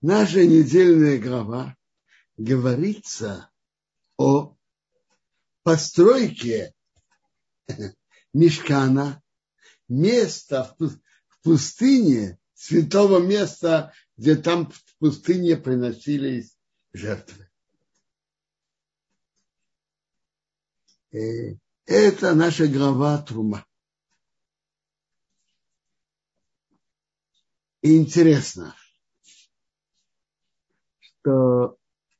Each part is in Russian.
Наша недельная глава говорится о постройке мишкана, места в пустыне, святого места, где там в пустыне приносились жертвы. Это наша глава Трума. И интересно, что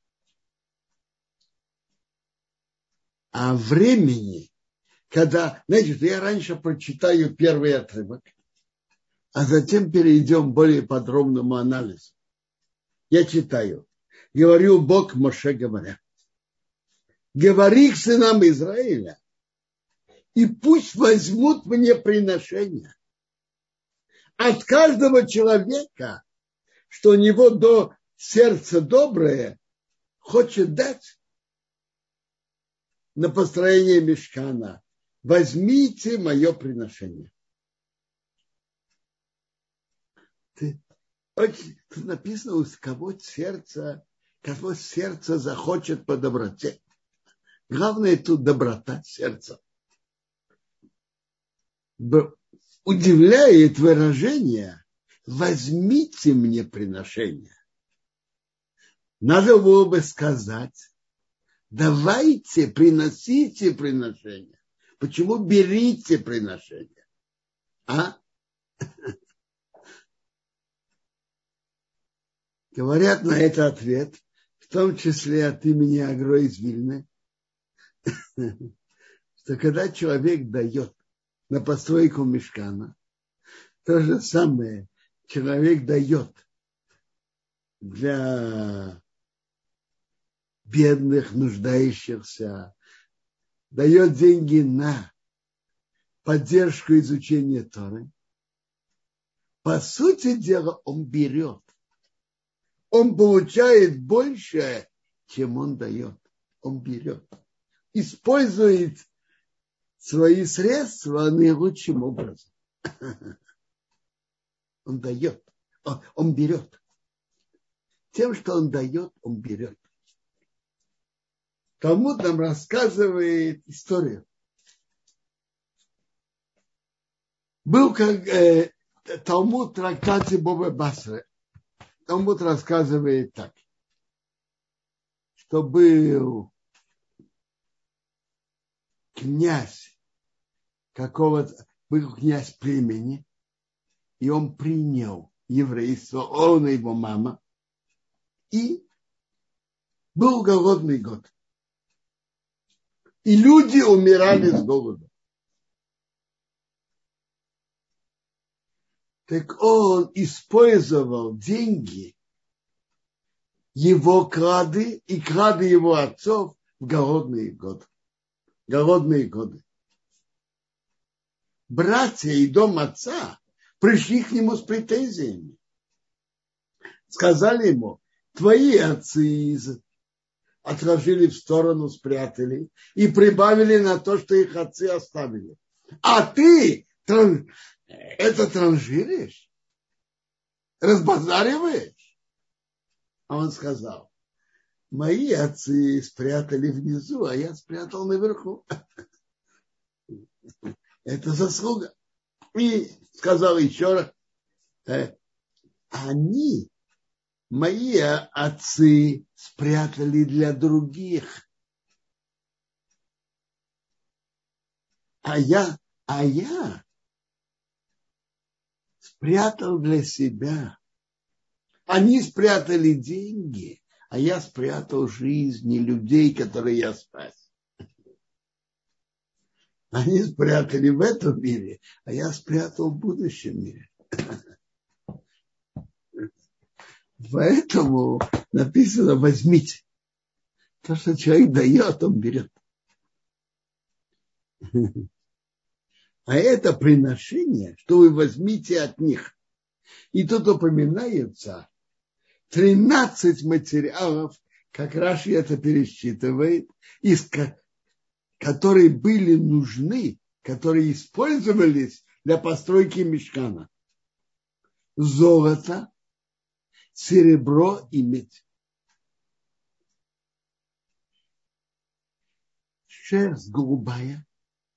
о времени, когда, знаете, я раньше прочитаю первый отрывок, а затем перейдем к более подробному анализу. Я читаю. Говорил Бог Моше, говоря: говори к сынам Израиля, и пусть возьмут мне приношения от каждого человека, что у него до сердца доброе, хочет дать на построение мишкана. Возьмите мое приношение. Тут написано, у кого сердце захочет по доброте. Главное тут доброта сердца. Удивляет выражение «возьмите мне приношение». Надо было бы сказать: давайте, приносите приношение. Почему берите приношение? Говорят на это ответ, в том числе от имени Агро из Вильны, что когда человек дает на постройку мишкана, то же самое человек дает для бедных, нуждающихся, дает деньги на поддержку изучения Торы. По сути дела, он берет. Он получает больше, чем он дает. Он берет. Использует свои средства наилучшим образом. Он дает. Он берет. Тем, что он дает, он берет. Талмуд нам рассказывает историю. Был как Талмуд в трактате Боба Басры. Талмуд рассказывает так, что был князь был князь племени, и он принял еврейство, он и его мама, и был голодный год. И люди умирали с голоду. Так он использовал деньги, его клады и клады его отцов в голодные годы. Братья и дом отца пришли к нему с претензиями. Сказали ему: твои отцы отложили в сторону, спрятали и прибавили на то, что их отцы оставили. А ты это транжиришь? Разбазариваешь? А он сказал: мои отцы спрятали внизу, а я спрятал наверху. Это заслуга. И сказал еще раз: мои отцы спрятали для других, а я спрятал для себя. Они спрятали деньги, а я спрятал жизни людей, которые я спас. Они спрятали в этом мире, а я спрятал в будущем мире. Поэтому написано: возьмите. То, что человек дает, он берет. А это приношение, что вы возьмите от них. И тут упоминается 13 материалов, как Раши это пересчитывает, которые были нужны, которые использовались для постройки мишкана. Золото серебро и медь. Шерсть голубая,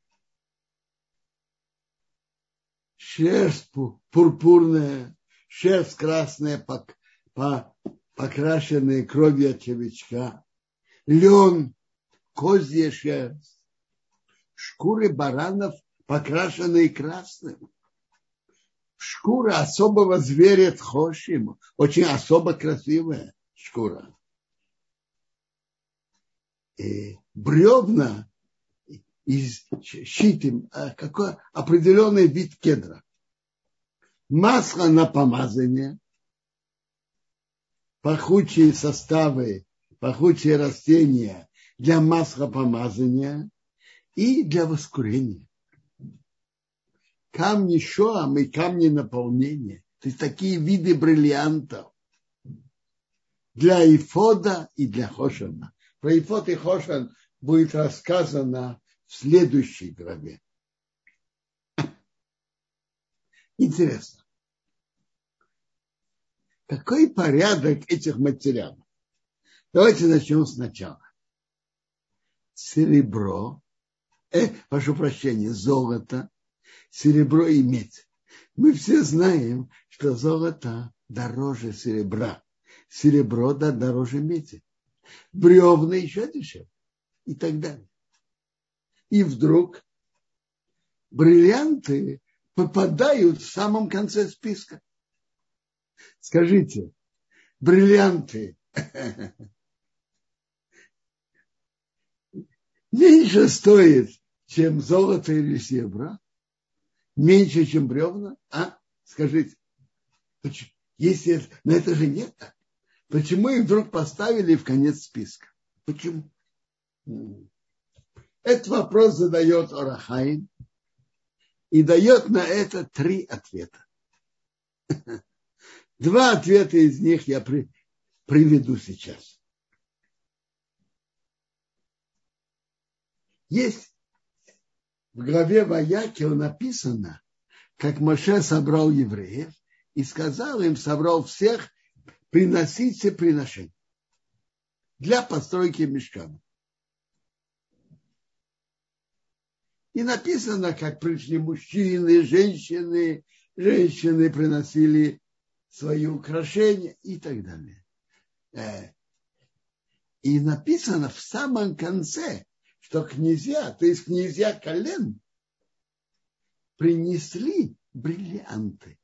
шерсть пурпурная, шерсть красная, покрашенная кровью от червячка, лен, козья шерсть, шкуры баранов, покрашенные красным, шкура особого зверя тхошим, очень особо красивая шкура. И бревна из щитим, какой определенный вид кедра. Масло на помазание, пахучие составы, пахучие растения для маслопомазания и для воскурения. Камни шоам и камни наполнения. То есть такие виды бриллиантов для эфода и для хошана. Про эфод и хошан будет рассказано в следующей главе. Интересно. Какой порядок этих материалов? Давайте начнем сначала. Серебро, прошу прощения, золото, серебро и медь. Мы все знаем, что золото дороже серебра, серебро дороже меди, бревна еще дешевле и так далее. И вдруг бриллианты попадают в самом конце списка. Скажите, бриллианты меньше стоят, чем золото или серебро? Меньше, чем бревна? Скажите, если но это же не так. Почему их вдруг поставили в конец списка? Почему? Этот вопрос задает Ор ха-Хаим и дает на это 3 ответа. 2 ответа из них я приведу сейчас. Есть в главе Ваякел написано, как Моше собрал евреев и сказал им, собрал всех, приносите приношения для постройки мишкана. И написано, как пришли мужчины, женщины приносили свои украшения и так далее. И написано в самом конце, что князья, то есть князья колен, принесли бриллианты.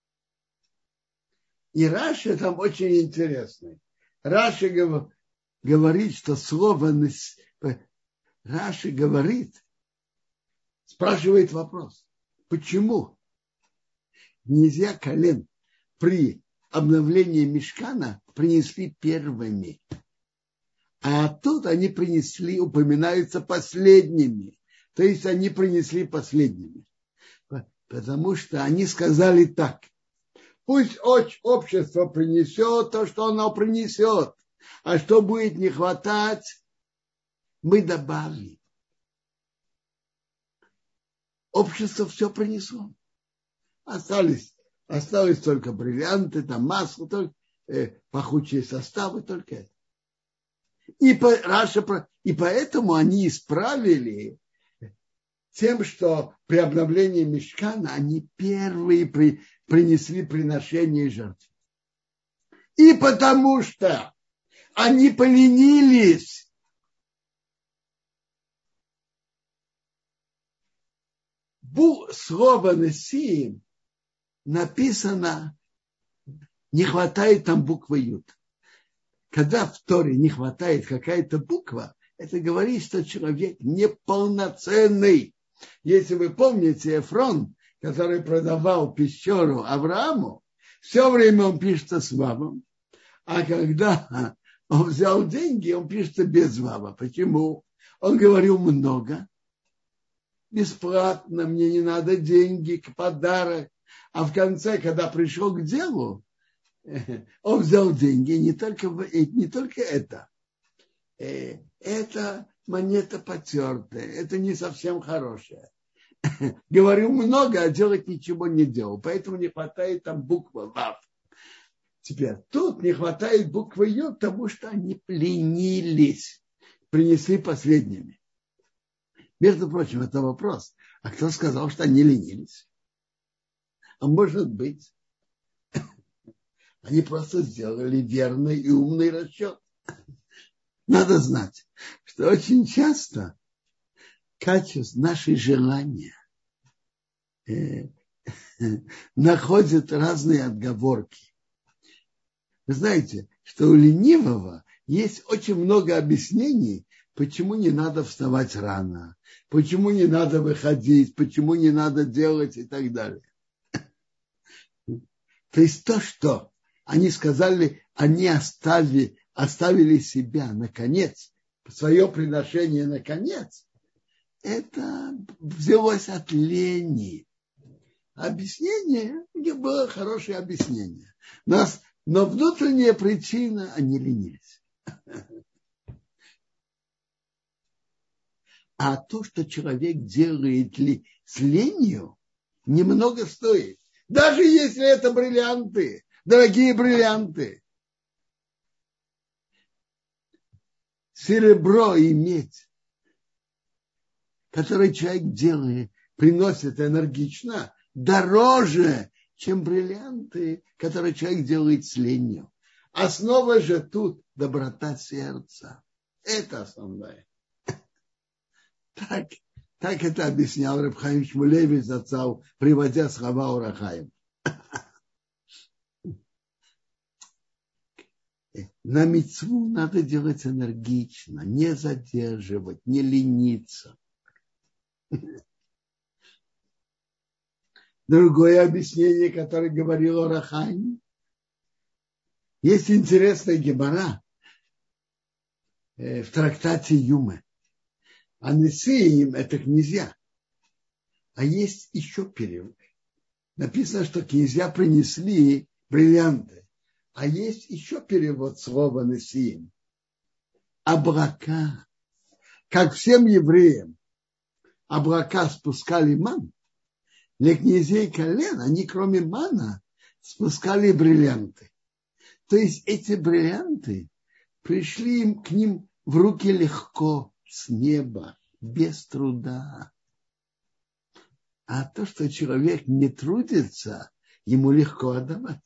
И Раши там очень интересный. Раши говорит, что слово Раши говорит, спрашивает вопрос, почему князья колен при обновлении мишкана принесли первыми, а тут они принесли, упоминаются последними, то есть они принесли последними, потому что они сказали так: пусть общество принесет то, что оно принесет, а что будет не хватать, мы добавим. Общество все принесло. Осталось только бриллианты, там масло, только пахучие составы, только это. И поэтому они исправили тем, что при обновлении мишкана они первые принесли приношение жертв. И потому что они поленились слово «несиим» написано, не хватает там буквы «ют». Когда в Торе не хватает какая-то буква, это говорит, что человек неполноценный. Если вы помните, Эфрон, который продавал пещеру Аврааму, все время он пишется с вавом, а когда он взял деньги, он пишется без вава. Почему? Он говорил много, бесплатно, мне не надо деньги, подарок. А в конце, когда пришел к делу, он взял деньги, не только это. Это монета потертая, это не совсем хорошая. Говорил много, а делать ничего не делал. Поэтому не хватает там буквы ВАВ. Теперь тут не хватает буквы Ё, потому что они ленились, принесли последними. Между прочим, это вопрос. А кто сказал, что они ленились? А может быть, они просто сделали верный и умный расчет. Надо знать, что очень часто качество наши желания находят разные отговорки. Вы знаете, что у ленивого есть очень много объяснений, почему не надо вставать рано, почему не надо выходить, почему не надо делать и так далее. То есть то, что они сказали, они оставили себя наконец, свое приношение наконец, это взялось от лени. Объяснение было хорошее объяснение. Но внутренняя причина, они ленились. А то, что человек делает с ленью, немного стоит. Даже если это бриллианты, дорогие бриллианты. Серебро и медь, которые человек делает, приносит энергично, дороже, чем бриллианты, которые человек делает с ленью. Основа же тут доброта сердца. Это основное. Так это объяснял Рав Хаим Шмулевич Зацал, приводя слова Ор ха-Хаим. На мицву надо делать энергично, не задерживать, не лениться. Другое объяснение, которое говорил Ор ха-Хаим. Есть интересная гемара в трактате Юмы. А несиим – это князья. А есть еще перевод. Написано, что князья принесли бриллианты. А есть еще перевод слова несиим. Облака. Как всем евреям облака спускали ман, для князей колен они кроме мана спускали бриллианты. То есть эти бриллианты пришли к ним в руки легко, с неба, без труда. А то, что человек не трудится, ему легко отдавать.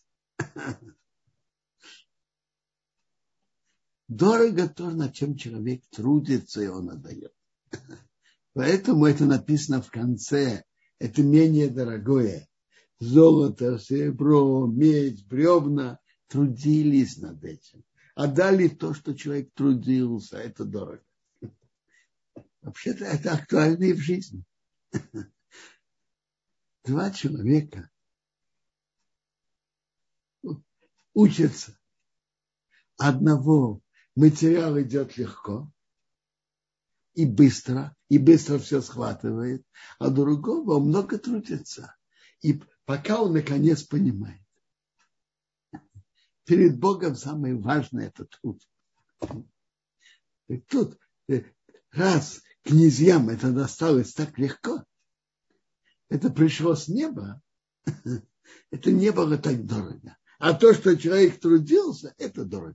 Дорого то, над чем человек трудится, и он отдает. Поэтому это написано в конце. Это менее дорогое. Золото, серебро, медь, бревна трудились над этим. Отдали то, что человек трудился. Это дорого. Вообще-то это актуально и в жизни. Два человека учатся. Одного материал идет легко и быстро все схватывает, а другого он много трудится. И пока он наконец понимает. Перед Богом самое важное – это труд. И тут, раз князьям это досталось так легко, это пришло с неба, это не было так дорого. А то, что человек трудился, это дорого.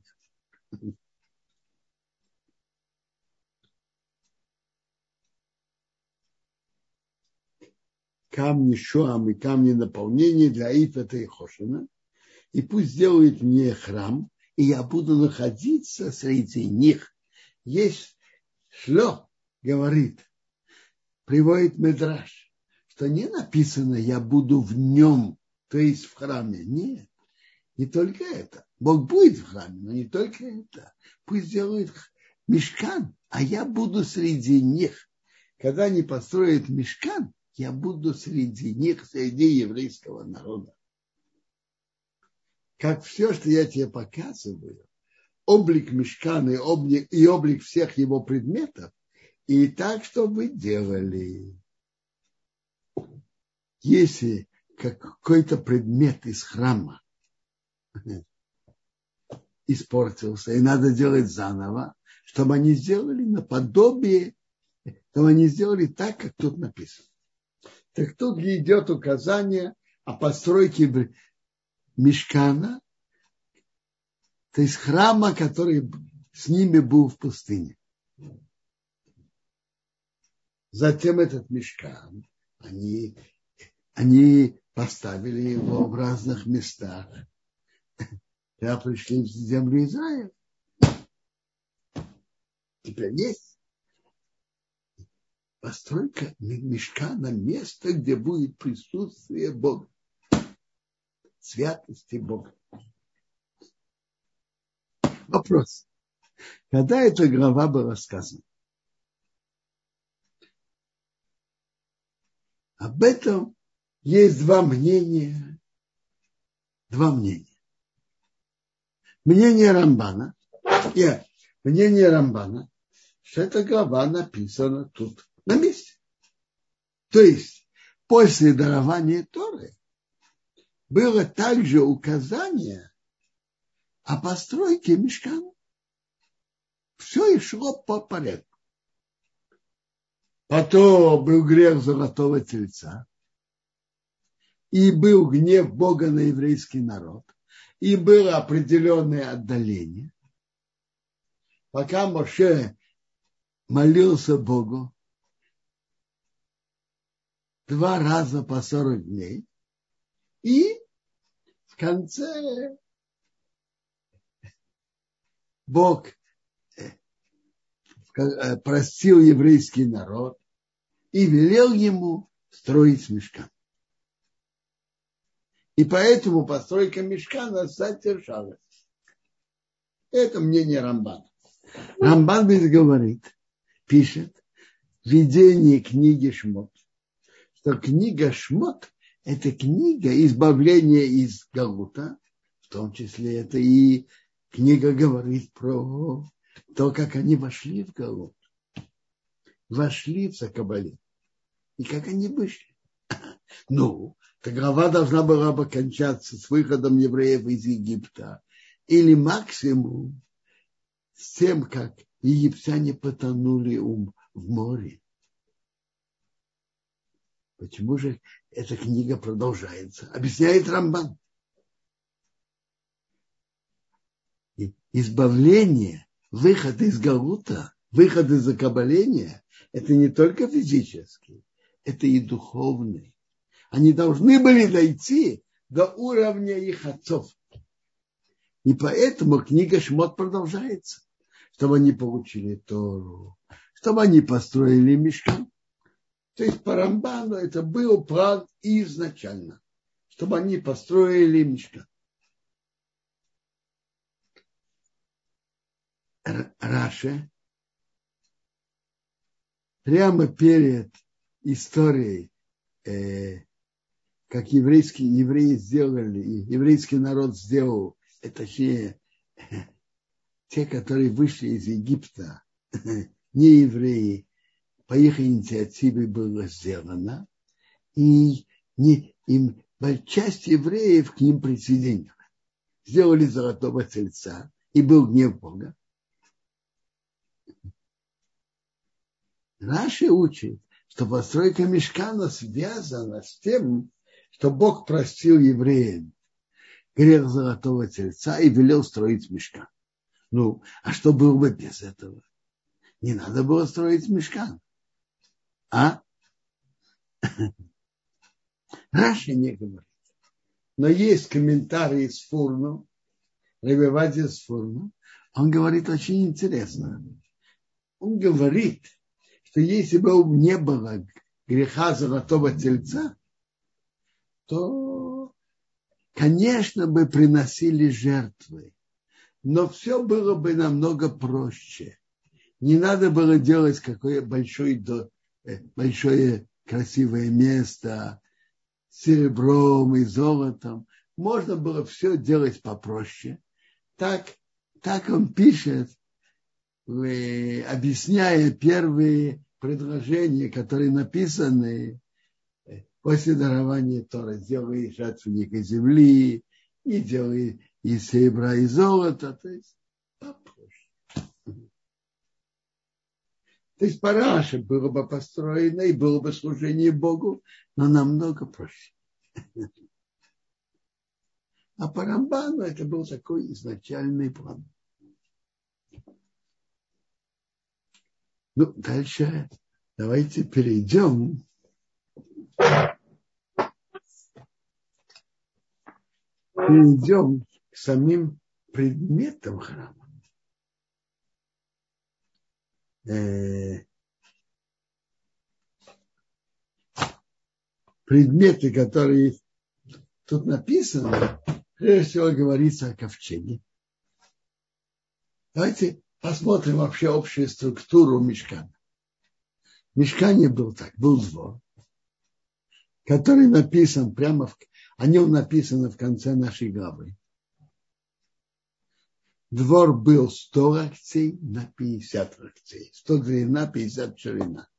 Камни шоам и камни наполнения для Ифета и Хошина. И пусть сделают мне храм, и я буду находиться среди них. Есть шло, говорит, приводит Мидраш, что не написано «я буду в нем», то есть в храме. Нет, не только это. Бог будет в храме, но не только это. Пусть делают мишкан, а я буду среди них. Когда они построят мишкан, я буду среди них, среди еврейского народа. Как все, что я тебе показываю, облик мишкана и облик всех его предметов, и так, что вы делали. Если какой-то предмет из храма испортился, и надо делать заново, чтобы они сделали наподобие, чтобы они сделали так, как тут написано. Так тут идет указание о постройке мишкана, То есть храма, который с ними был в пустыне. Затем этот мишкан, они поставили его в разных местах. Когда пришли в землю Израиля. Теперь есть постройка мишкана, место, где будет присутствие Бога. Святости Бога. Вопрос. Когда эта глава была сказана? Об этом есть два мнения. Мнение Рамбана, что эта глава написана тут на месте. То есть после дарования Торы было также указание о постройке мишкана. Все и шло по порядку. Потом был грех золотого тельца, и был гнев Бога на еврейский народ, и было определенное отдаление. Пока Моше молился Богу 2 раза по 40 дней, и в конце Бог простил еврейский народ и велел ему строить мишкан. И поэтому постройка мишкана задержалась. Это мнение Рамбана. Рамбан ведь пишет в видении книги Шмот, что книга Шмот – это книга избавления из галута, в том числе это и книга говорит про то, как они вошли в галут, вошли в Закабале, и как они вышли. Эта глава должна была бы кончаться с выходом евреев из Египта или максимум с тем, как египтяне потонули в море. Почему же эта книга продолжается? Объясняет Рамбан. Избавление, выход из галута, выход из закабаления – это не только физический, это и духовный. Они должны были дойти до уровня их отцов. И поэтому книга Шмот продолжается, чтобы они получили Тору, чтобы они построили мишкан. То есть по Рамбану это был план изначально, чтобы они построили мишкан. Раши прямо перед историей, как евреи сделали, еврейский народ сделал, точнее, те, которые вышли из Египта, не евреи, по их инициативе было сделано, и часть евреев к ним присоединилась. Сделали золотого тельца, и был гнев Бога. Раши учит, что постройка мишкана связана с тем, что Бог простил евреям грех золотого тельца и велел строить мишкан. А что было бы без этого? Не надо было строить мишкан. Раши не говорит. Но есть комментарий из Фурну, Ребе Овадия из Фурну. Он говорит очень интересно. Он говорит, что если бы не было греха золотого тельца, то, конечно, бы приносили жертвы. Но все было бы намного проще. Не надо было делать какое большое красивое место с серебром и золотом. Можно было все делать попроще. Так он пишет, объясняя первые предложения, которые написаны после дарования Торы. Сделай жертвенник из земли, и делай из серебра и золота. То есть попроще. То есть по Раши было бы построено и было бы служение Богу, но намного проще. А по Рамбану это был такой изначальный план. Ну, дальше давайте перейдем к самим предметам храма. Предметы, которые тут написаны, прежде всего говорится о ковчеге. Давайте посмотрим вообще общую структуру мишкана. В мишкане был двор, который написан о нем написано в конце нашей главы. Двор был 100 локтей на 50 локтей. 100 длина, 50 ширина.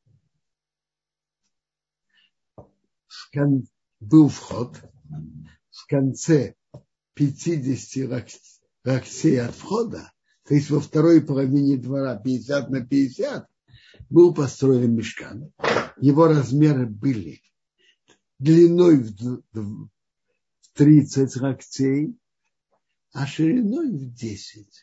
Был вход. В конце 50 локтей от входа, то есть во второй половине двора 50 на 50, был построен мишкан. Его размеры были длиной в 30 локтей, а шириной в 10.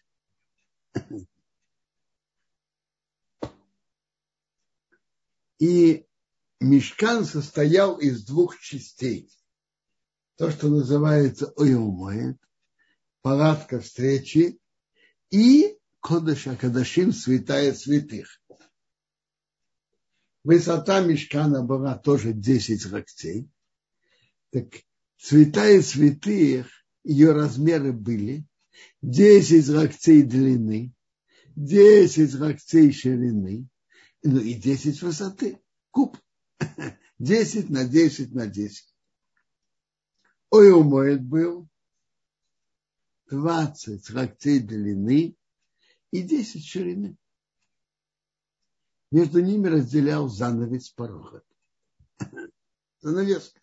И мишкан состоял из 2 частей. То, что называется ойомоэд, палатка встречи, и кодеш акадашим, святая святых. Высота мишкана была тоже 10 локтей. Так святая святых, ее размеры были 10 локтей длины, 10 локтей ширины, ну и 10 высоты. Куб. 10 на 10 на 10. Ойомоэд был 20 локтей длины и 10 ширины. Между ними разделял занавес порога. Занавеска.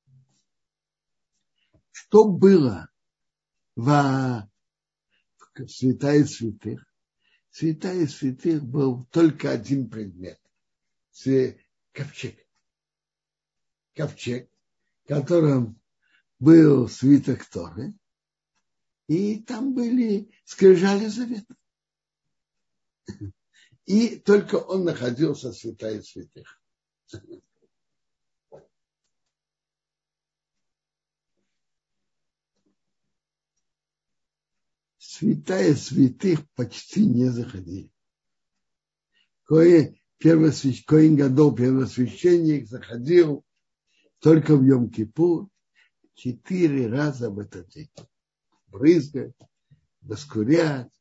Что было в святая святых? Святая святых был только один предмет. Ковчег. Ковчег, в котором был свиток Торы, и там были скрижали завета. И только он находился в святая святых. Святая святых почти не заходили. Коэн Гадол, первосвященник, заходил только в Йом-Кипур 4 раза в этот день. Брызгать, воскурять.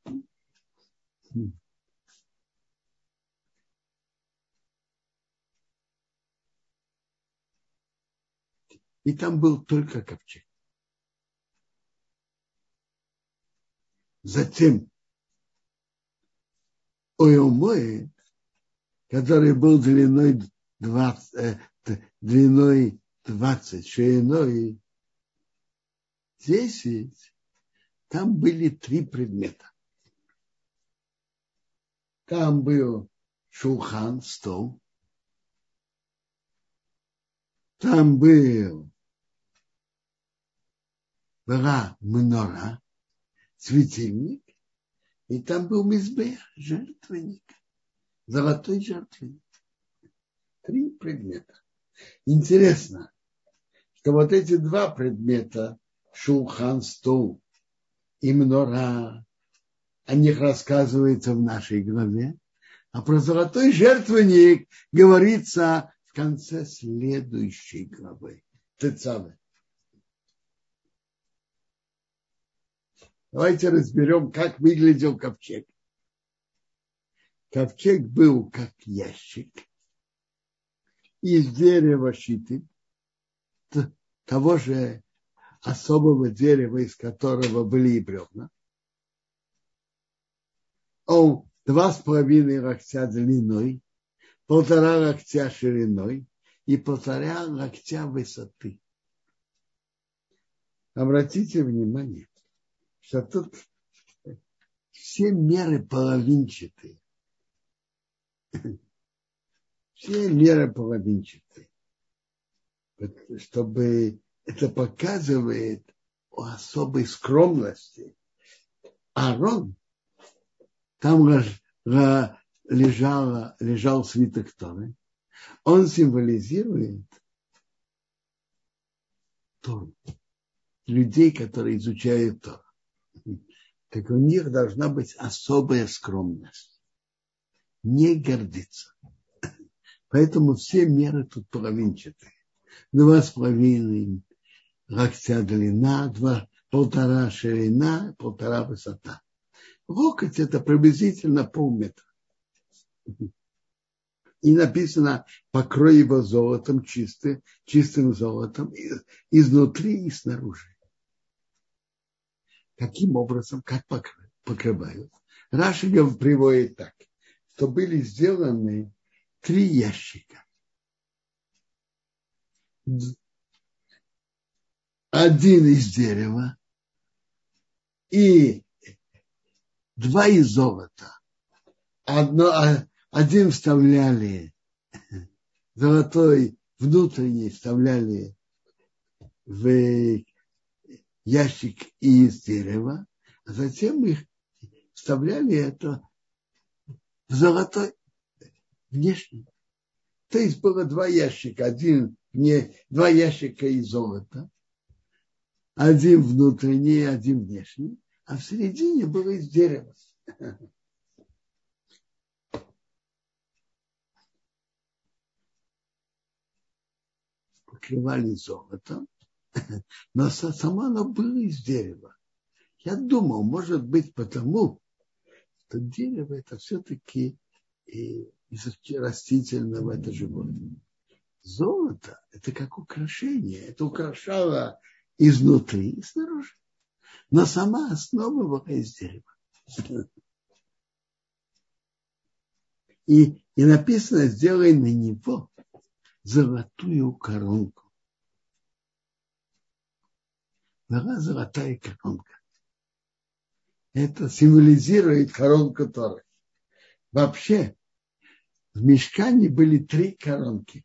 И там был только ковчег. Затем ойомоэд, который был длиной 20, шириной 10, там были 3 предмета. Там был шулхан, стол. Там была минора, светильник. И там был мизбех, жертвенник. Золотой жертвенник. 3 предмета. Интересно, что вот эти 2 предмета, шулхан, стол и минора, о них рассказывается в нашей главе, а про золотой жертвенник говорится в конце следующей главы. Тецаве. Давайте разберем, как выглядел ковчег. Ковчег был как ящик из дерева щиты, того же особого дерева, из которого были и бревна. Он 2,5 локтя длиной, 1,5 локтя шириной и 1,5 локтя высоты. Обратите внимание, что тут все меры половинчатые. Все меры половинчатые. Чтобы это показывает особой скромности. Аарон, там лежал свиток Торы. Он символизирует Тору. Людей, которые изучают Тору. Так у них должна быть особая скромность. Не гордиться. Поэтому все меры тут половинчатые. 2,5 локтя длина, 1,5 ширина, 1,5 высота. Локоть это приблизительно полметра. И написано, покрой его золотом, чистым золотом, изнутри и снаружи. Каким образом, как покрывают? Раши приводит так, что были сделаны 3 ящика. Один из дерева и 2 из золота. Один вставляли золотой, внутренний вставляли в ящик из дерева, а затем их вставляли это в золотой внешний. То есть было 2 ящика, 2 ящика из золота, один внутренний, один внешний, а в середине было из дерева. Покрывали золотом, но само оно было из дерева. Я думал, может быть, потому, что дерево это все-таки из растительного, это животное. Золото это как украшение, это украшало изнутри и снаружи. Но сама основа была из дерева. И написано, сделай на него золотую коронку. Была золотая коронка. Это символизирует коронку Торы. Вообще, в мишкане были 3 коронки.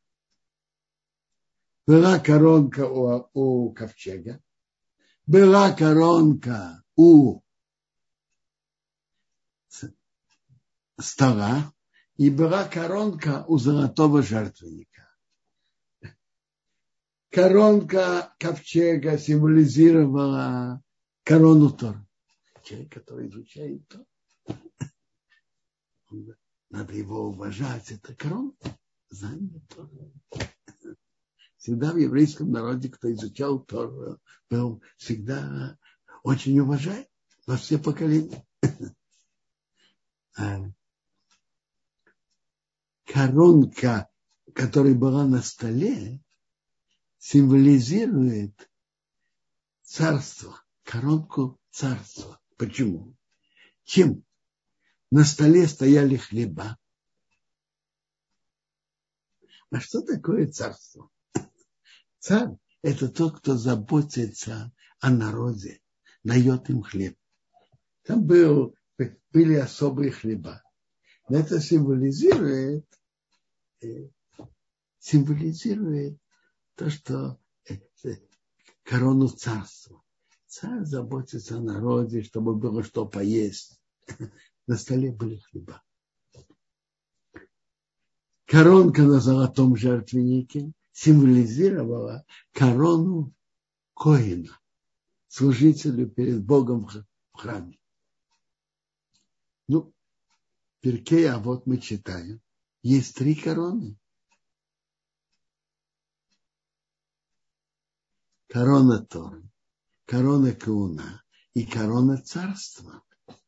Была коронка у ковчега, была коронка у стола и была коронка у золотого жертвенника. Коронка ковчега символизировала корону Торы. Человек, который изучает Тору, надо его уважать. Это корона, знание Торы. Всегда в еврейском народе, кто изучал Тору, был всегда очень уважаем во все поколения. Коронка, которая была на столе, символизирует царство, коронку царства. Почему? Чем? На столе стояли хлеба. А что такое царство? Царь – это тот, кто заботится о народе, дает им хлеб. Там были особые хлеба. Но это символизирует то, что корону царства. Царь заботится о народе, чтобы было что поесть. На столе были хлеба. Коронка на золотом жертвеннике символизировала корону коэна, служителю перед Богом в храме. Перкей, а вот мы читаем, есть 3 короны. Корона Торы, корона Кеуна и корона царства.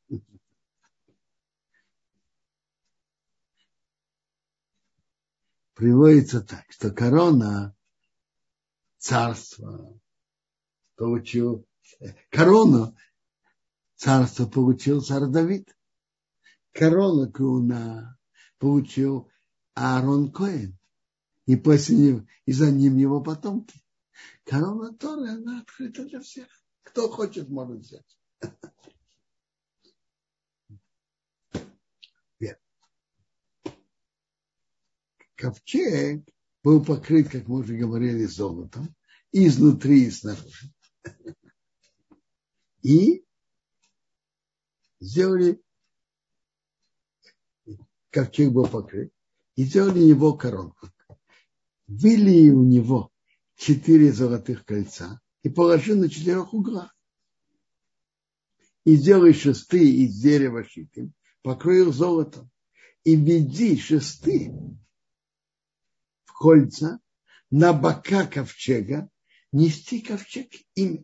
Приводится так, что корона царства корону царства получил царь Давид. Корону Кеуна получил Аарон Коэн. И за ним его потомки. Корона Торы, она открыта для всех. Кто хочет, может взять. Ковчег был покрыт, как мы уже говорили, золотом, изнутри и снаружи. И сделали, ковчег был покрыт, и сделали его коронку. Вылили у него 4 золотых кольца и положили на 4 углах. И сделай шесты из дерева щитым, покрой их золотом. И введи шесты в кольца на бока ковчега, нести ковчег ими.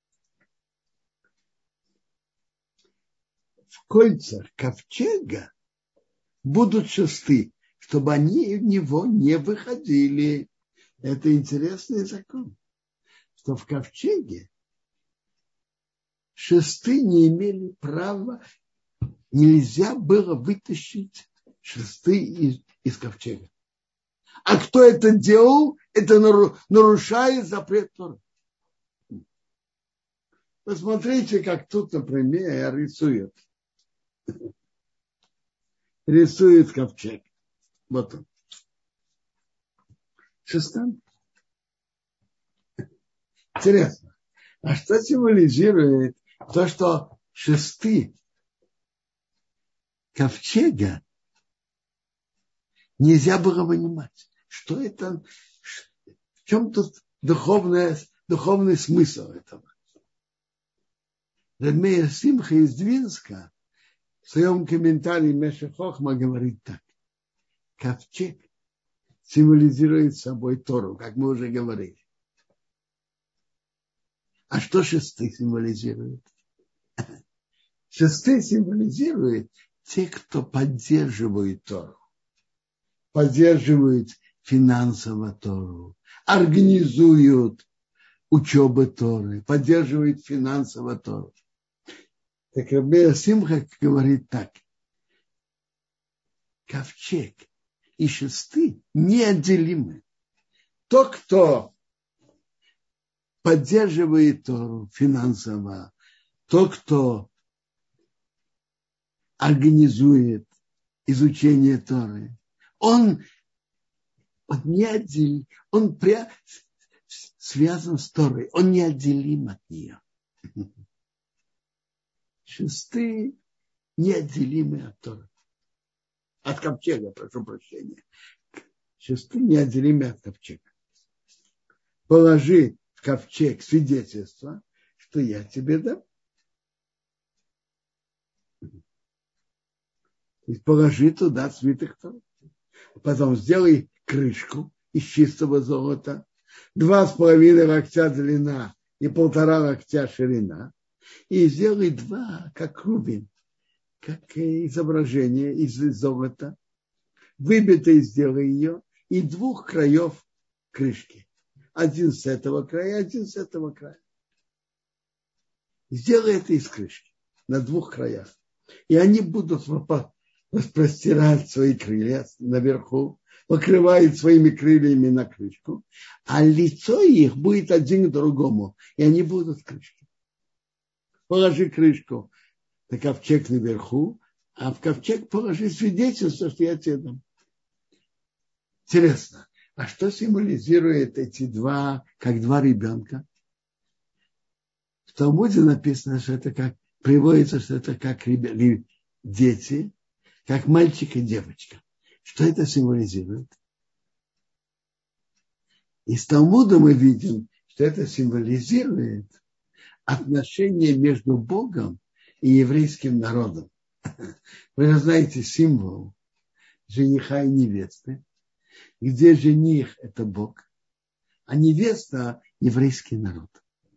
В кольцах ковчега будут шесты, чтобы они в него не выходили. Это интересный закон, что в ковчеге шесты не имели права, нельзя было вытащить шесты из ковчега. А кто это делал, это нарушает запрет Торы. Посмотрите, как тут, например, рисует. Рисует ковчег. Вот он. Шестами. Интересно. А что символизирует то, что шесты ковчега нельзя было вынимать? Что это? В чем тут духовный смысл этого? Рав Меир Симха из Двинска в своем комментарии Мешех Хохма говорит так. Ковчег символизирует собой Тору, как мы уже говорили. А что шесты символизируют? Шесты символизируют те, кто поддерживает Тору. Поддерживают финансово Тору, организуют учебу Торы, поддерживают финансово Тору. Так Рав Меир Симха говорит так. Ковчег и шесты неотделимы. Тот, кто поддерживает Тору финансово, тот, кто организует изучение Торы, он неотделим, он связан с Торой, он неотделим от нее. Шесты неотделимы от Торы. От ковчега, прошу прощения. Шесты неотделимы от ковчега. Положи в ковчег свидетельство, что я тебе дам. И положи туда свиток Торы. Потом сделай крышку из чистого золота, 2,5 локтя длина и 1,5 локтя ширина, и сделай 2, как рубин, как изображение из золота, выбитой сделай ее, и 2 краев крышки. Один с этого края, один с этого края. Сделай это из крышки на 2 краях. И они будут распростирать свои крылья наверху, покрывают своими крыльями на крышку, а лицо их будет один к другому, и они будут в крышке. Положи крышку на ковчег наверху, а в ковчег положи свидетельство, что я тебе дам. Интересно, а что символизирует эти 2, как 2 ребенка? В Талмуде написано, что это как, приводится, что это как дети, как мальчик и девочка. Что это символизирует? Из Талмуда мы видим, что это символизирует отношения между Богом и еврейским народом. Вы же знаете символ жениха и невесты, где жених – это Бог, а невеста – еврейский народ.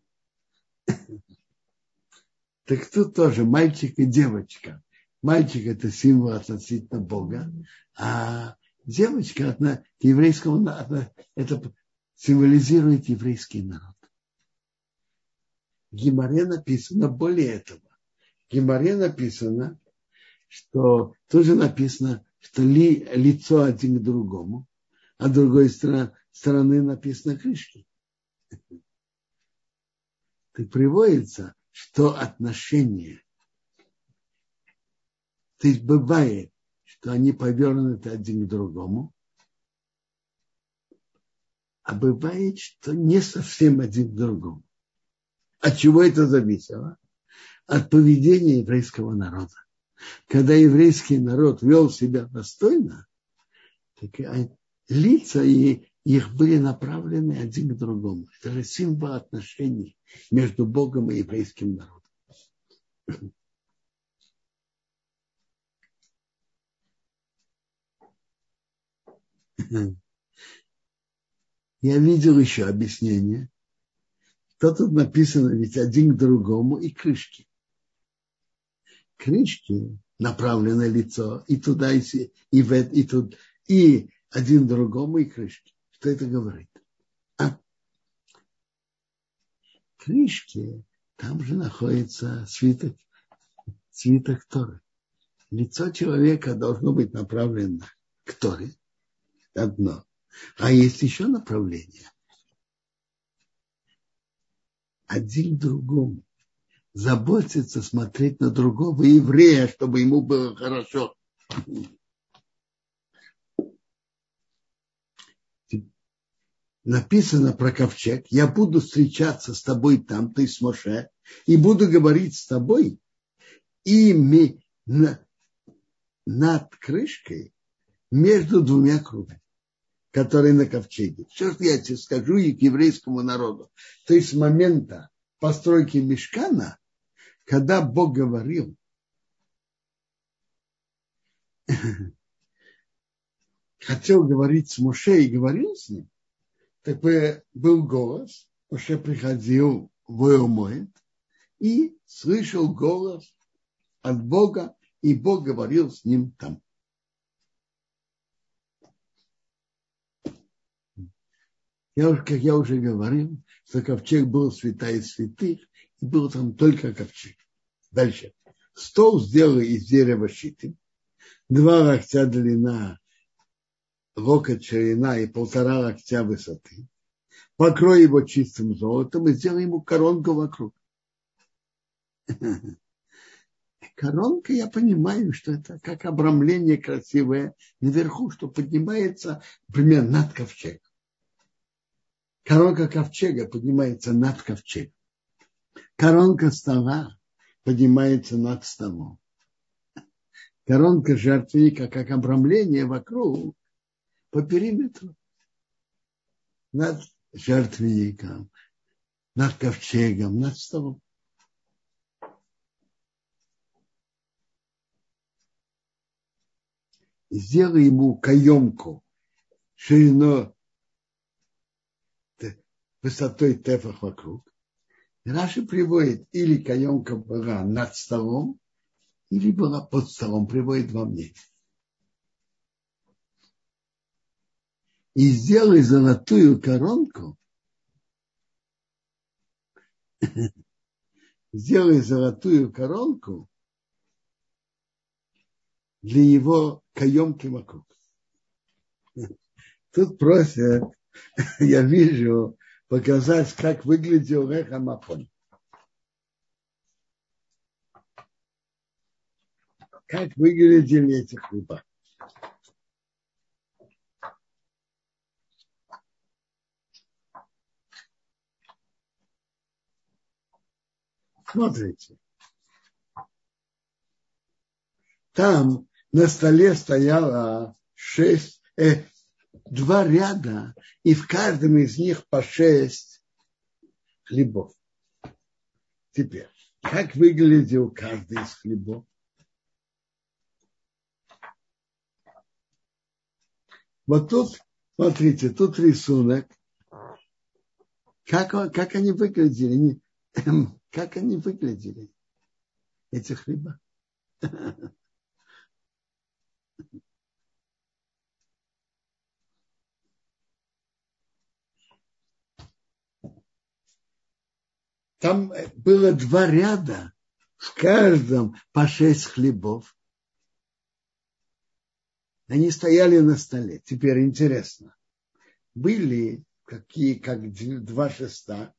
Так тут тоже мальчик и девочка. Мальчик – это символ относительно Бога, а девочка от еврейского народа – это символизирует еврейский народ. В Гемаре написано более этого. В Гемаре написано, что тоже написано, что лицо один к другому, а с другой стороны написано крышки. Так приводится, что отношения, то есть бывает, что они повернуты один к другому, а бывает, что не совсем один к другому. От чего это зависело? от поведения еврейского народа. Когда еврейский народ вел себя достойно, так лица их были направлены один к другому. Это же символ отношений между Богом и еврейским народом. Я видел еще объяснение. Что тут написано, ведь один к другому и крышки. Крышки направленное лицо и туда, и тут, и один другому, и крышки. Что это говорит? Крышки, там же находится свиток Торы. Лицо человека должно быть направлено к Торе. Одно. А есть еще направление. Один к другому. Заботиться, смотреть на другого еврея, чтобы ему было хорошо. Написано про ковчег. Я буду встречаться с тобой там, ты с Моше, и буду говорить с тобой и над крышкой между двумя кругами, которые на ковчеге. Все, что я тебе скажу и к еврейскому народу. То есть с момента постройки мишкана, когда Бог говорил, хотел говорить с Моше и говорил с ним, так был голос, Моше приходил в Ойомоэд и слышал голос от Бога, и Бог говорил с ним там. Как я уже говорил, что ковчег был святая святых, и был там только ковчег. Дальше. Стол сделали из дерева щитим, 2 локтя длина, локоть ширина и 1,5 локтя высоты. Покрой его чистым золотом и сделай ему коронку вокруг. Коронка, я понимаю, что это как обрамление красивое наверху, что поднимается, например, над ковчегом. Коронка ковчега поднимается над ковчегом. Коронка стола поднимается над столом. Коронка жертвенника как обрамление вокруг по периметру. Над жертвенником, над ковчегом, над столом. И сделай ему каемку шириной высотой тефах вокруг. И Раши приводит, или каемка была над столом, или была под столом, приводит во мнение. И сделай золотую коронку, для его каемки вокруг. Тут просят, я вижу, показать, как выглядел Рехамахон. Как выглядели эти хлеба. Смотрите. Там на столе стояло 2 ряда, и в каждом из них по 6 хлебов. Теперь, как выглядел каждый из хлебов? Вот тут, смотрите, тут рисунок. Как они выглядели? Как они выглядели, эти хлеба? Там было 2 ряда, в каждом по 6 хлебов. Они стояли на столе. Теперь интересно. Были как 2 шеста,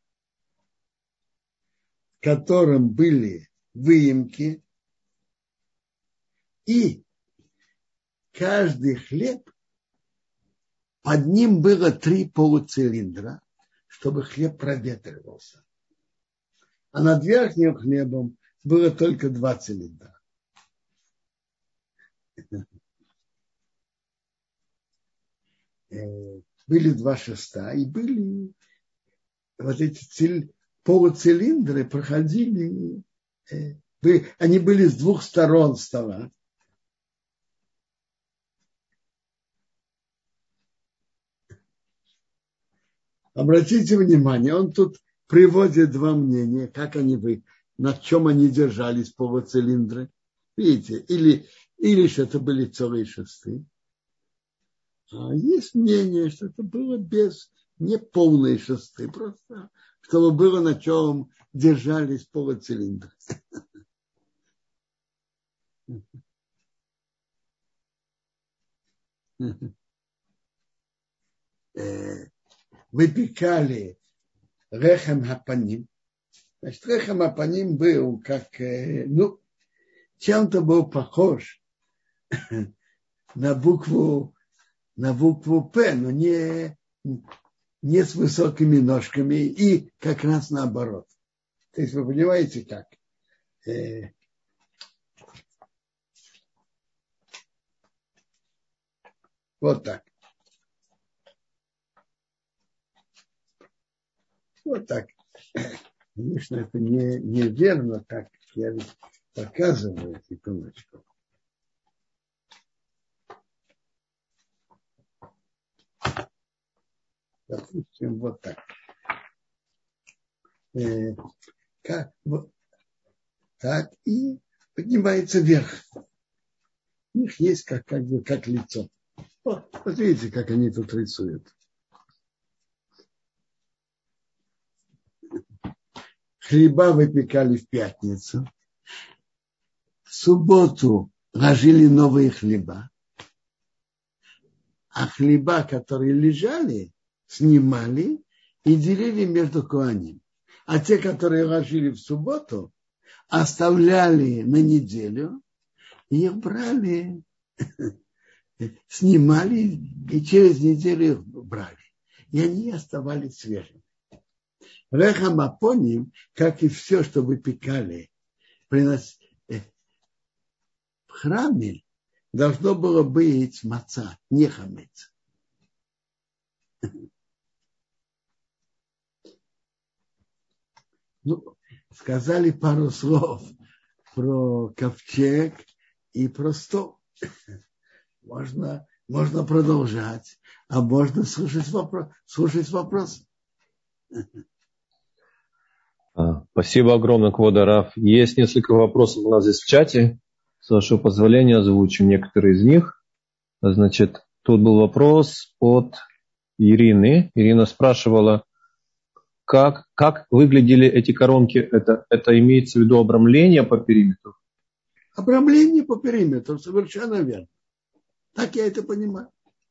в котором были выемки, и каждый хлеб, под ним было 3 полуцилиндра, чтобы хлеб проветривался. А над верхним хлебом было только 2 цилиндра. Были 2 шеста, и были вот эти полуцилиндры проходили, они были с 2 сторон стола. Обратите внимание, он тут приводит 2 мнения, как они, на чем они держались полуцилиндры. Видите, или что это были целые шесты. А есть мнение, что это было не полные шесты, просто чтобы было на чем держались полуцилиндры. Выпекали рехем хапаним. Значит, рехем хапаним был чем-то был похож на букву П, но не с высокими ножками и как раз наоборот. То есть вы понимаете как? Вот так. Вот так. Конечно, это не верно, так я ведь показываю, секундочку. Допустим, вот так. Вот так и поднимается вверх. У них есть как лицо. Вот видите, как они тут рисуют. Хлеба выпекали в пятницу. В субботу ложили новые хлеба. А хлеба, которые лежали, снимали и делили между коаним. А те, которые ложили в субботу, оставляли на неделю, и их брали, снимали и через неделю их брали. И они оставались свежими. Рехам апоним, как и все, что выпекали в храме, должно было быть маца, не хамец. Сказали пару слов про ковчег и про стол. Можно продолжать, а можно слушать вопросы. Спасибо огромное, Квода Рав. Есть несколько вопросов у нас здесь в чате. С вашего позволения озвучим некоторые из них. Значит, тут был вопрос от Ирины. Ирина спрашивала, как выглядели эти коронки? Это имеется в виду обрамление по периметру? Обрамление по периметру, совершенно верно. Так я это понимаю.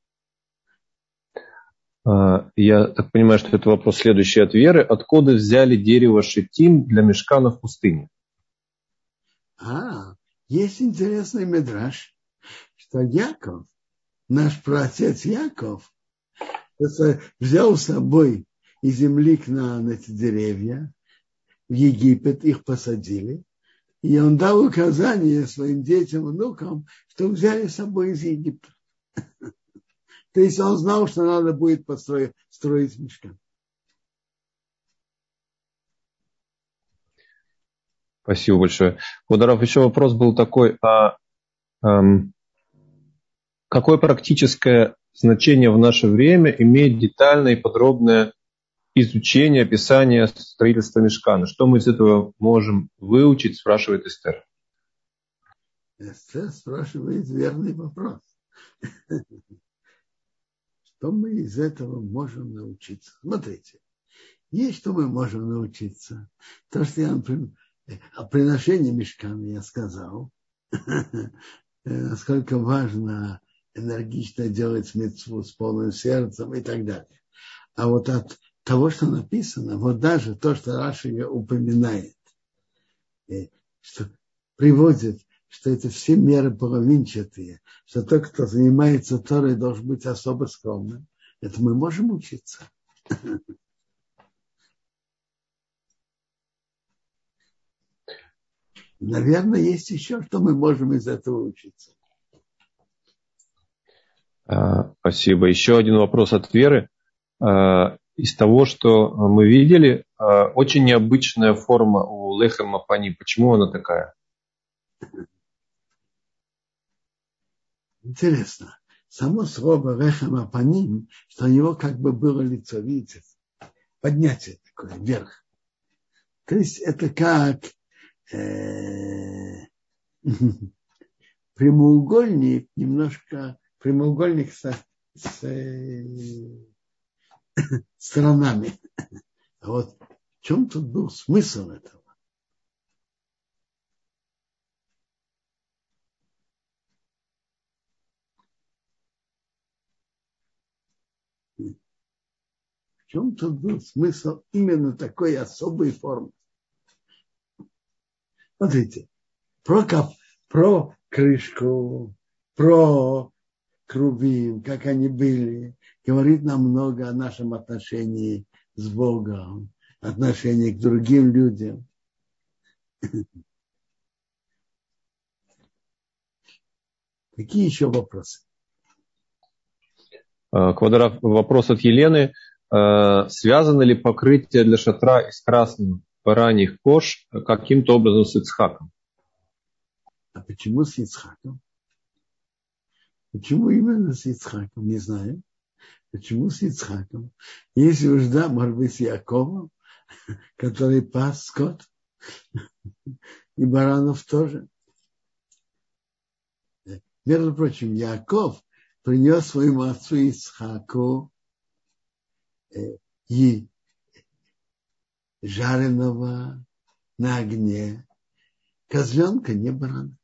Я так понимаю, что это вопрос следующий от Веры. Откуда взяли дерево шитим для мишкана в пустыне? Есть интересный мидраш, что Яков, наш праотец Яков, взял с собой из земли на эти деревья в Египет, их посадили, и он дал указание своим детям, внукам, что взяли с собой из Египта. То есть он знал, что надо будет строить мишкан. Спасибо большое. Квода Рав, еще вопрос был такой, какое практическое значение в наше время имеет детальное и подробное изучение, описание строительства мишкана? Что мы из этого можем выучить, спрашивает Эстер. Эстер спрашивает верный вопрос. Что мы из этого можем научиться? Смотрите, есть что мы можем научиться. То, что я о приношении мишкана я сказал, насколько важно энергично делать мицву с полным сердцем и так далее. А вот от того, что написано, вот даже то, что Раши упоминает, что приводит, что это все меры половинчатые, что тот, кто занимается Торой, должен быть особо скромным, это мы можем учиться. Наверное, есть еще, что мы можем из этого учиться. Спасибо. Еще один вопрос от Веры. Из того, что мы видели, очень необычная форма у лехем апани. Почему она такая? Интересно. Само слово лехем апаним, что у него как бы было лицо, видите, поднятие такое вверх. То есть это как прямоугольник, немножко прямоугольник с сторонами. А вот в чем тут был смысл этого? В чем тут был смысл именно такой особой формы? Смотрите, про крышку, про крувим, как они были, говорит нам много о нашем отношении с Богом, отношении к другим людям. Какие еще вопросы? Квадрат, вопрос от Елены. Связано ли покрытие для шатра из красных бараньих кож каким-то образом с Ицхаком? А почему с Ицхаком? Почему именно с Ицхаком? Не знаю. Почему с Ицхаком? Если уж да, может быть, с Яковом, который пас скот, и баранов тоже. Между прочим, Яков принес своему отцу Ицхаку и жареного на огне козленка, не барана.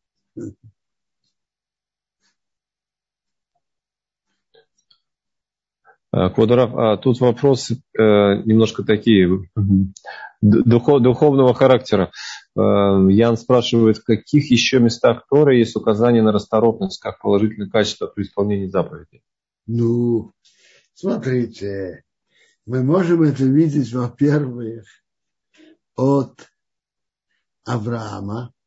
Квадрат, тут вопросы немножко такие духовного характера. Ян спрашивает, в каких еще местах Торы есть указание на расторопность как положительное качество при исполнении заповедей? Ну, смотрите, мы можем это видеть, во-первых, от Авраама,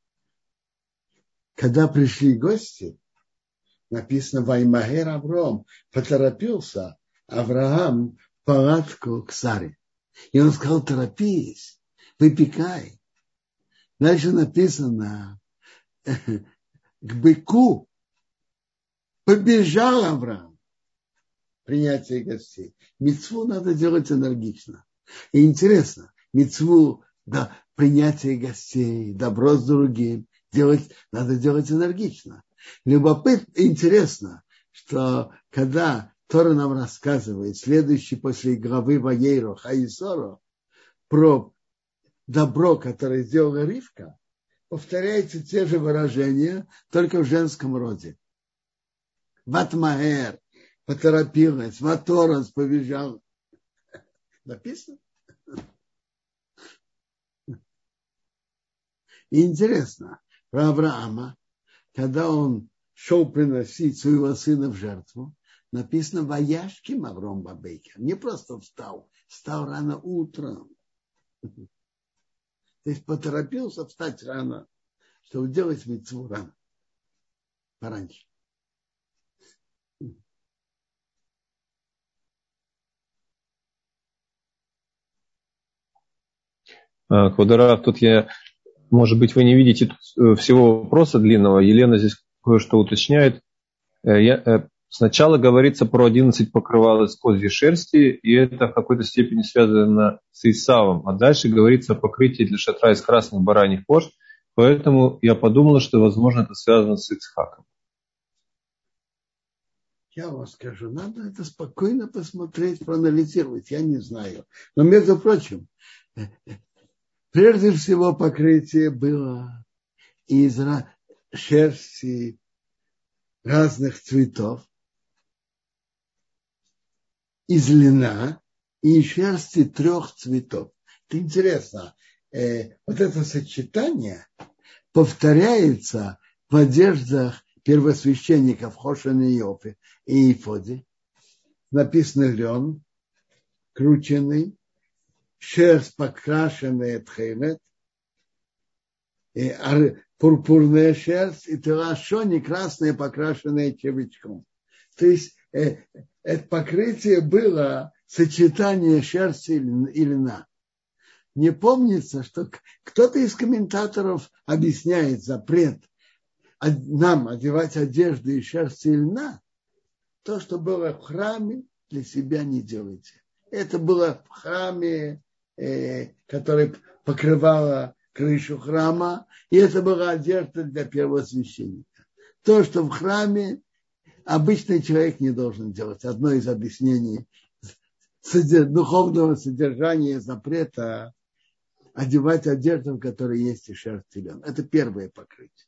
когда пришли гости, написано «Ваймагер Авраам», поторопился Авраам в палатку к Саре. И он сказал: торопись, выпекай. Дальше написано к быку побежал Авраам. Принятие гостей. Мицву надо делать энергично. И интересно, мицву, да, принятие гостей, добро с другим, надо делать энергично. Любопытно, интересно, что когда Тора нам рассказывает, следующий после главы Ваейро, Хаисоро, про добро, которое сделала Ривка, повторяются те же выражения, только в женском роде. Ватмаэр, поторопилась, ваторос, побежал. Написано. И интересно, про Авраама, когда он шел приносить своего сына в жертву, написано «Ваяшким Авром Бабейка». Не просто встал рано утром. То есть поторопился встать рано, чтобы делать мицву рано, пораньше. Квадрат, тут может быть, вы не видите всего вопроса длинного. Елена здесь кое-что уточняет. Сначала говорится про 11 покрывал из козьей шерсти, и это в какой-то степени связано с Исавом. А дальше говорится о покрытии для шатра из красных бараньих кож. Поэтому я подумал, что, возможно, это связано с Ицхаком. Я вам скажу, надо это спокойно посмотреть, проанализировать. Я не знаю. Но, между прочим, прежде всего покрытие было из шерсти разных цветов, из льна и шерсти 3 цветов. Это интересно. Вот это сочетание повторяется в одеждах первосвященников Хошен и Йофе и Ифоде. Написано лен, крученный, шерсть покрашенная тхеймет, пурпурная шерсть и телашони красная, покрашенная чебечком. То есть это покрытие было сочетание шерсти и льна. Не помнится, что кто-то из комментаторов объясняет запрет нам одевать одежду из шерсти и льна. То, что было в храме, для себя не делайте. Это было в храме, который покрывала крышу храма, и это была одежда для первосвященника. То, что в храме, обычный человек не должен делать. Одно из объяснений духовного содержания запрета одевать одежду, в которой есть и шерсть и лен. Это первое покрытие.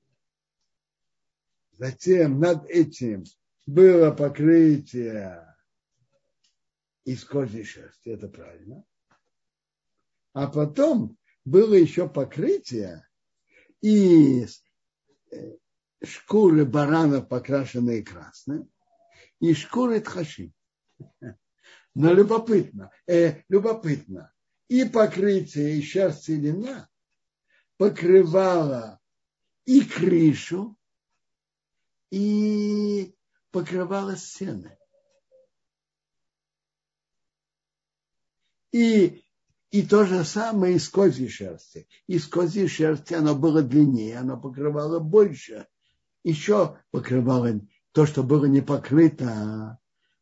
Затем над этим было покрытие из козьей шерсти, это правильно. А потом было еще покрытие из шкуры баранов, покрашенные красным, и шкуры тхашим. Но любопытно. И покрытие из шерсти льна покрывало и крышу, и покрывало стены. И то же самое из козьей шерсти. Из козьей шерсти оно было длиннее, оно покрывало больше. Еще покрывало то, что было не покрыто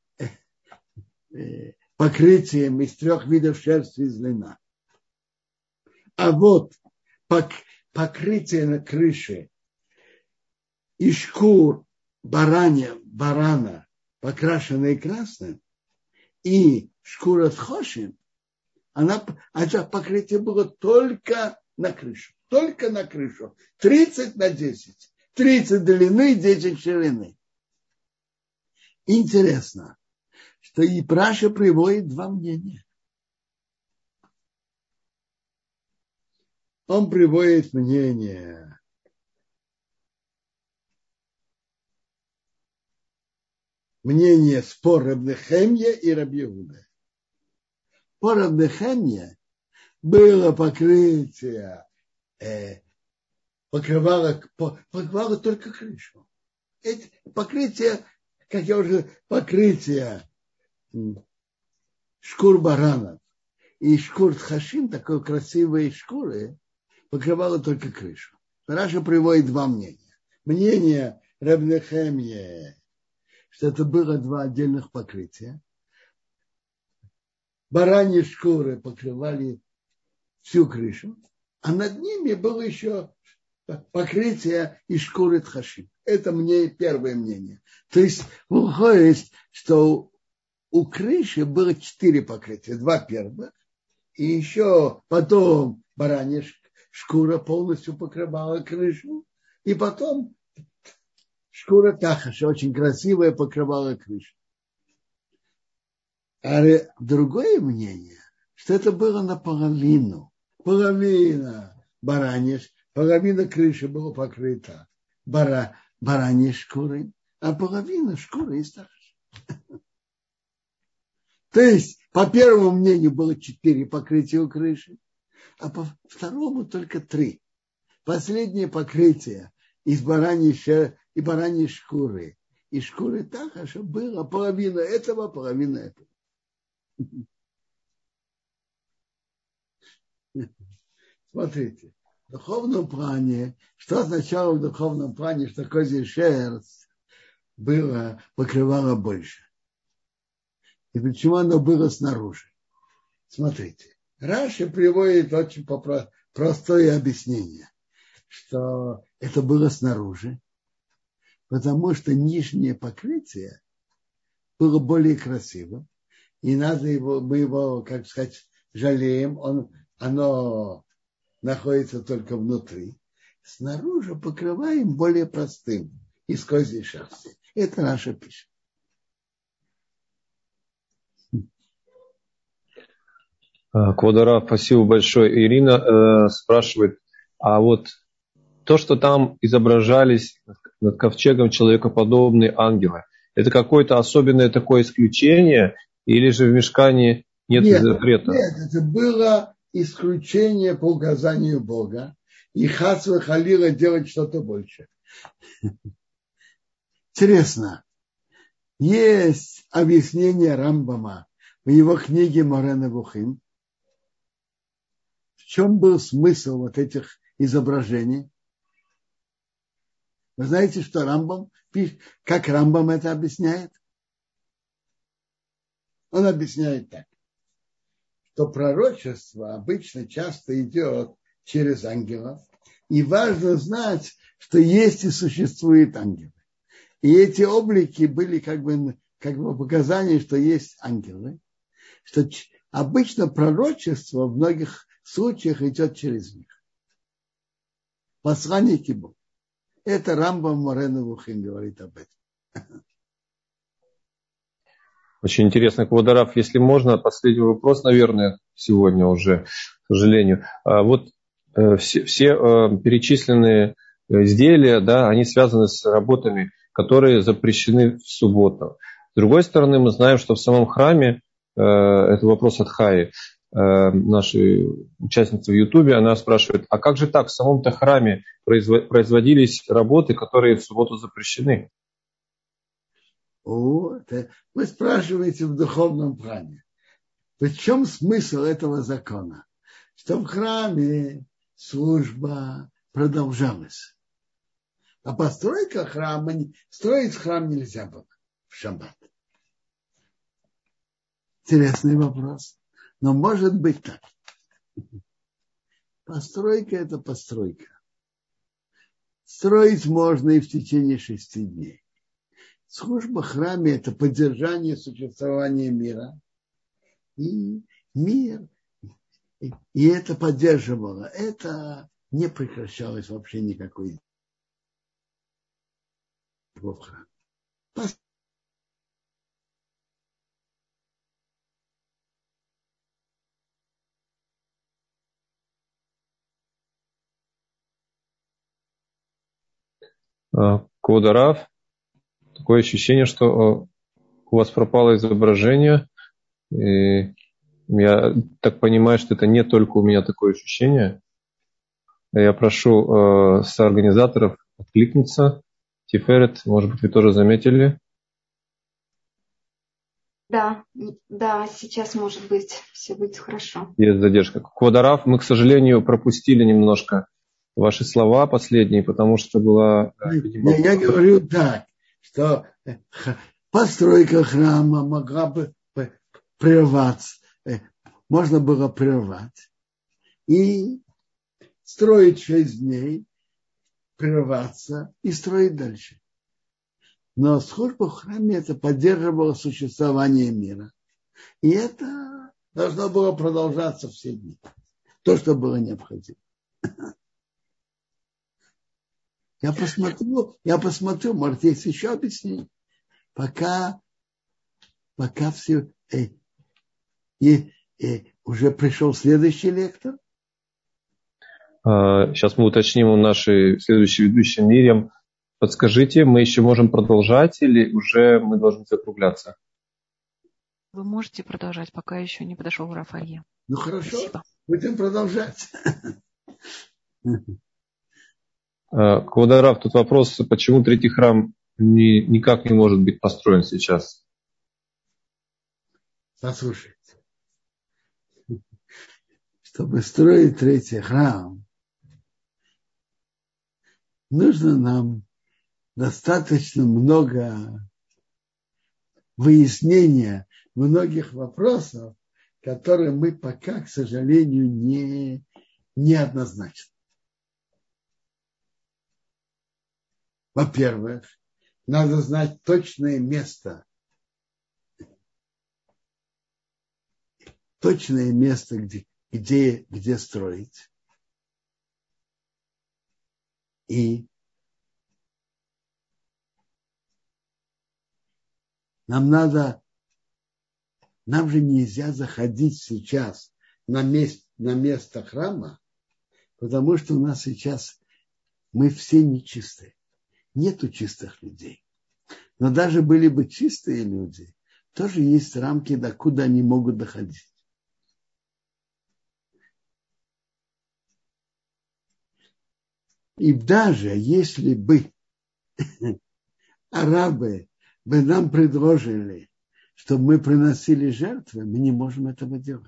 покрытием из 3 видов шерсти из льна. А вот покрытие на крыше из шкур барана, покрашенной красным, и шкура тхошим, это покрытие было только на крышу. Только на крышу. 30 на 10. 30 длины, 10 ширины. Интересно, что и Раша приводит 2 мнения. Он приводит мнение спор Рав Нехемия и Рав Иуда. По Рав Нехемии было покрытие, покрывало только крышу. Это покрытие, как я уже, покрытие шкур баранов и шкур тхашим, такой красивой шкуры, покрывало только крышу. Раша приводит 2 мнения. Мнение Рав Нехемии, что это было 2 отдельных покрытия. Бараньи шкуры покрывали всю крышу, а над ними было еще покрытие из шкуры тхашим. Это первое мнение. То есть выходит, что у крыши было 4 покрытия. 2 первых, и еще потом баранья шкура полностью покрывала крышу, и потом шкура тахаша, очень красивая, покрывала крышу. А другое мнение, что это было наполовину. Половина крыши была покрыта бараньей шкурой, а половина шкуры из тахаша. То есть, по первому мнению было 4 покрытия у крыши, а по второму только 3. Последнее покрытие из бараньей шкуры и шкуры тахаша было половина этого, половина этого. Смотрите, в духовном плане, что означало в духовном плане, что козья шерсть покрывала больше? И почему оно было снаружи? Смотрите, Раши приводит очень простое объяснение, что это было снаружи, потому что нижнее покрытие было более красивым, и мы его, как сказать, жалеем, оно находится только внутри. Снаружи покрываем более простым, из козьей шерсти. Это Раша пишет. Квадрат, спасибо большое. Ирина спрашивает, а вот то, что там изображались над ковчегом человекоподобные ангелы, это какое-то особенное такое исключение, или же в мешкане нет запрета? Нет, это было исключение по указанию Бога. и хасва халила делать что-то больше. Интересно, есть объяснение Рамбама в его книге Море Невухим. В чем был смысл вот этих изображений? Вы знаете, что Рамбам пишет, как Рамбам это объясняет? Он объясняет так, что пророчество обычно часто идет через ангелов, и важно знать, что есть и существуют ангелы. И эти облики были как бы показания, что есть ангелы, что обычно пророчество в многих случаях идет через них. Посланники Бога. Это Рамбам Море Невухим говорит об этом. Очень интересно, Кводараф, если можно, последний вопрос, наверное, сегодня уже, к сожалению. Вот все перечисленные изделия, да, они связаны с работами, которые запрещены в субботу. С другой стороны, мы знаем, что в самом храме, это вопрос от Хаи, нашей участницы в Ютубе, она спрашивает, а как же так, в самом-то храме производились работы, которые в субботу запрещены? Вы спрашиваете в духовном плане. В чем смысл этого закона? Что в храме служба продолжалась. А постройка храма, строить храм нельзя было в шаббат. Интересный вопрос. Но может быть так. Постройка – это постройка. Строить можно и в течение 6 дней. Служба в храме – это поддержание существования мира. И мир, и это поддерживало. Это не прекращалось вообще никакой в храме. Кводараф, такое ощущение, что у вас пропало изображение. И я так понимаю, что это не только у меня такое ощущение. Я прошу соорганизаторов откликнуться. Тиферет, может быть, вы тоже заметили? Да, сейчас, может быть, все будет хорошо. Есть задержка. Кводараф, мы, к сожалению, пропустили немножко ваши слова последние, потому что была... Я говорю так, что постройка храма могла бы прерваться, можно было прервать и строить 6 дней, прерваться и строить дальше. Но служба в храме это поддерживало существование мира. И это должно было продолжаться все дни. То, что было необходимо. Я посмотрю, может, есть еще объяснение. Пока все... уже пришел следующий лектор. Сейчас мы уточним у нашей следующей ведущей Мирьям. Подскажите, мы еще можем продолжать или уже мы должны закругляться? Вы можете продолжать, пока еще не подошел Рафаэль. Ну хорошо, Спасибо. будем продолжать. Кводараф, тут вопрос, почему третий храм никак не может быть построен сейчас? Послушайте. Чтобы строить третий храм, нужно нам достаточно много выяснения многих вопросов, которые мы пока, к сожалению, не однозначны. Во-первых, надо знать точное место, где строить. И нам же нельзя заходить сейчас на место храма, потому что у нас сейчас мы все нечистые. Нету чистых людей. Но даже были бы чистые люди, тоже есть рамки, докуда они могут доходить. И даже если бы арабы бы нам предложили, чтобы мы приносили жертвы, мы не можем этого делать.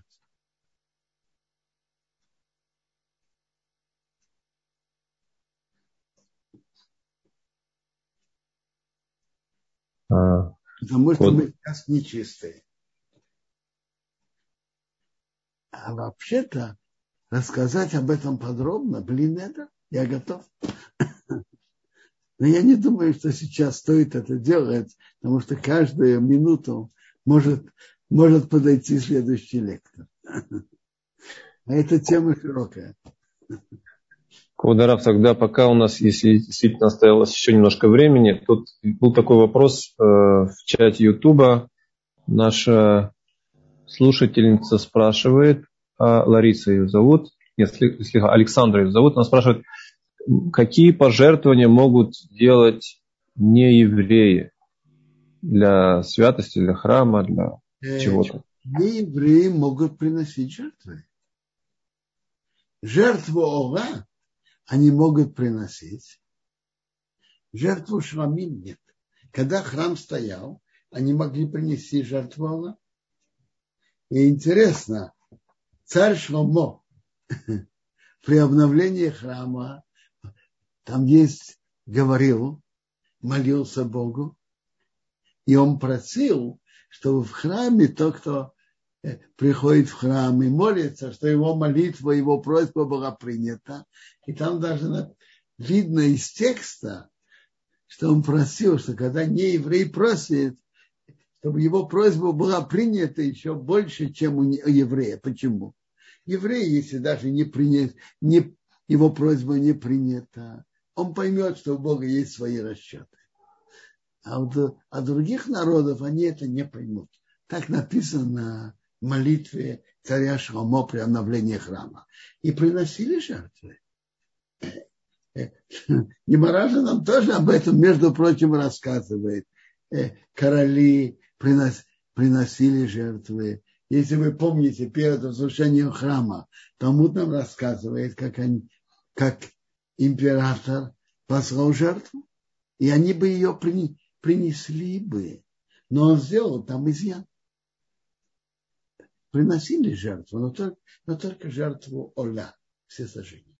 Потому что мы сейчас нечистые. А вообще-то рассказать об этом подробно, это я готов. Но я не думаю, что сейчас стоит это делать, потому что каждую минуту может подойти следующий лектор. А эта тема широкая. Квадарав, тогда пока у нас, если действительно осталось еще немножко времени, тут был такой вопрос в чате Ютуба. Наша слушательница спрашивает, Лариса ее зовут, если Александра ее зовут, она спрашивает, какие пожертвования могут делать неевреи для святости, для храма, для чего-то? Неевреи могут приносить жертвы. Жертву Ола они могут приносить. Жертву Шламим нет. Когда храм стоял, они могли принести жертву Ола. И интересно, царь Шломо при обновлении храма, там молился Богу, и он просил, чтобы в храме тот, кто приходит в храм и молится, что его молитва, его просьба была принята. И там даже видно из текста, что он просил, что когда нееврей просит, чтобы его просьба была принята еще больше, чем у еврея. Почему? Еврей, если даже его просьба не принята, он поймет, что у Бога есть свои расчеты. А у других народов они это не поймут. Так написано в молитве царя Шломо при обновлении храма. И приносили жертвы. Гемара же нам тоже об этом, между прочим, рассказывает. Короли приносили жертвы. Если вы помните, перед разрушением храма, Талмуд нам рассказывает, как император послал жертву, и они бы ее принесли бы. Но он сделал там изъян. Приносили жертву, но только жертву Ола, все сожжения.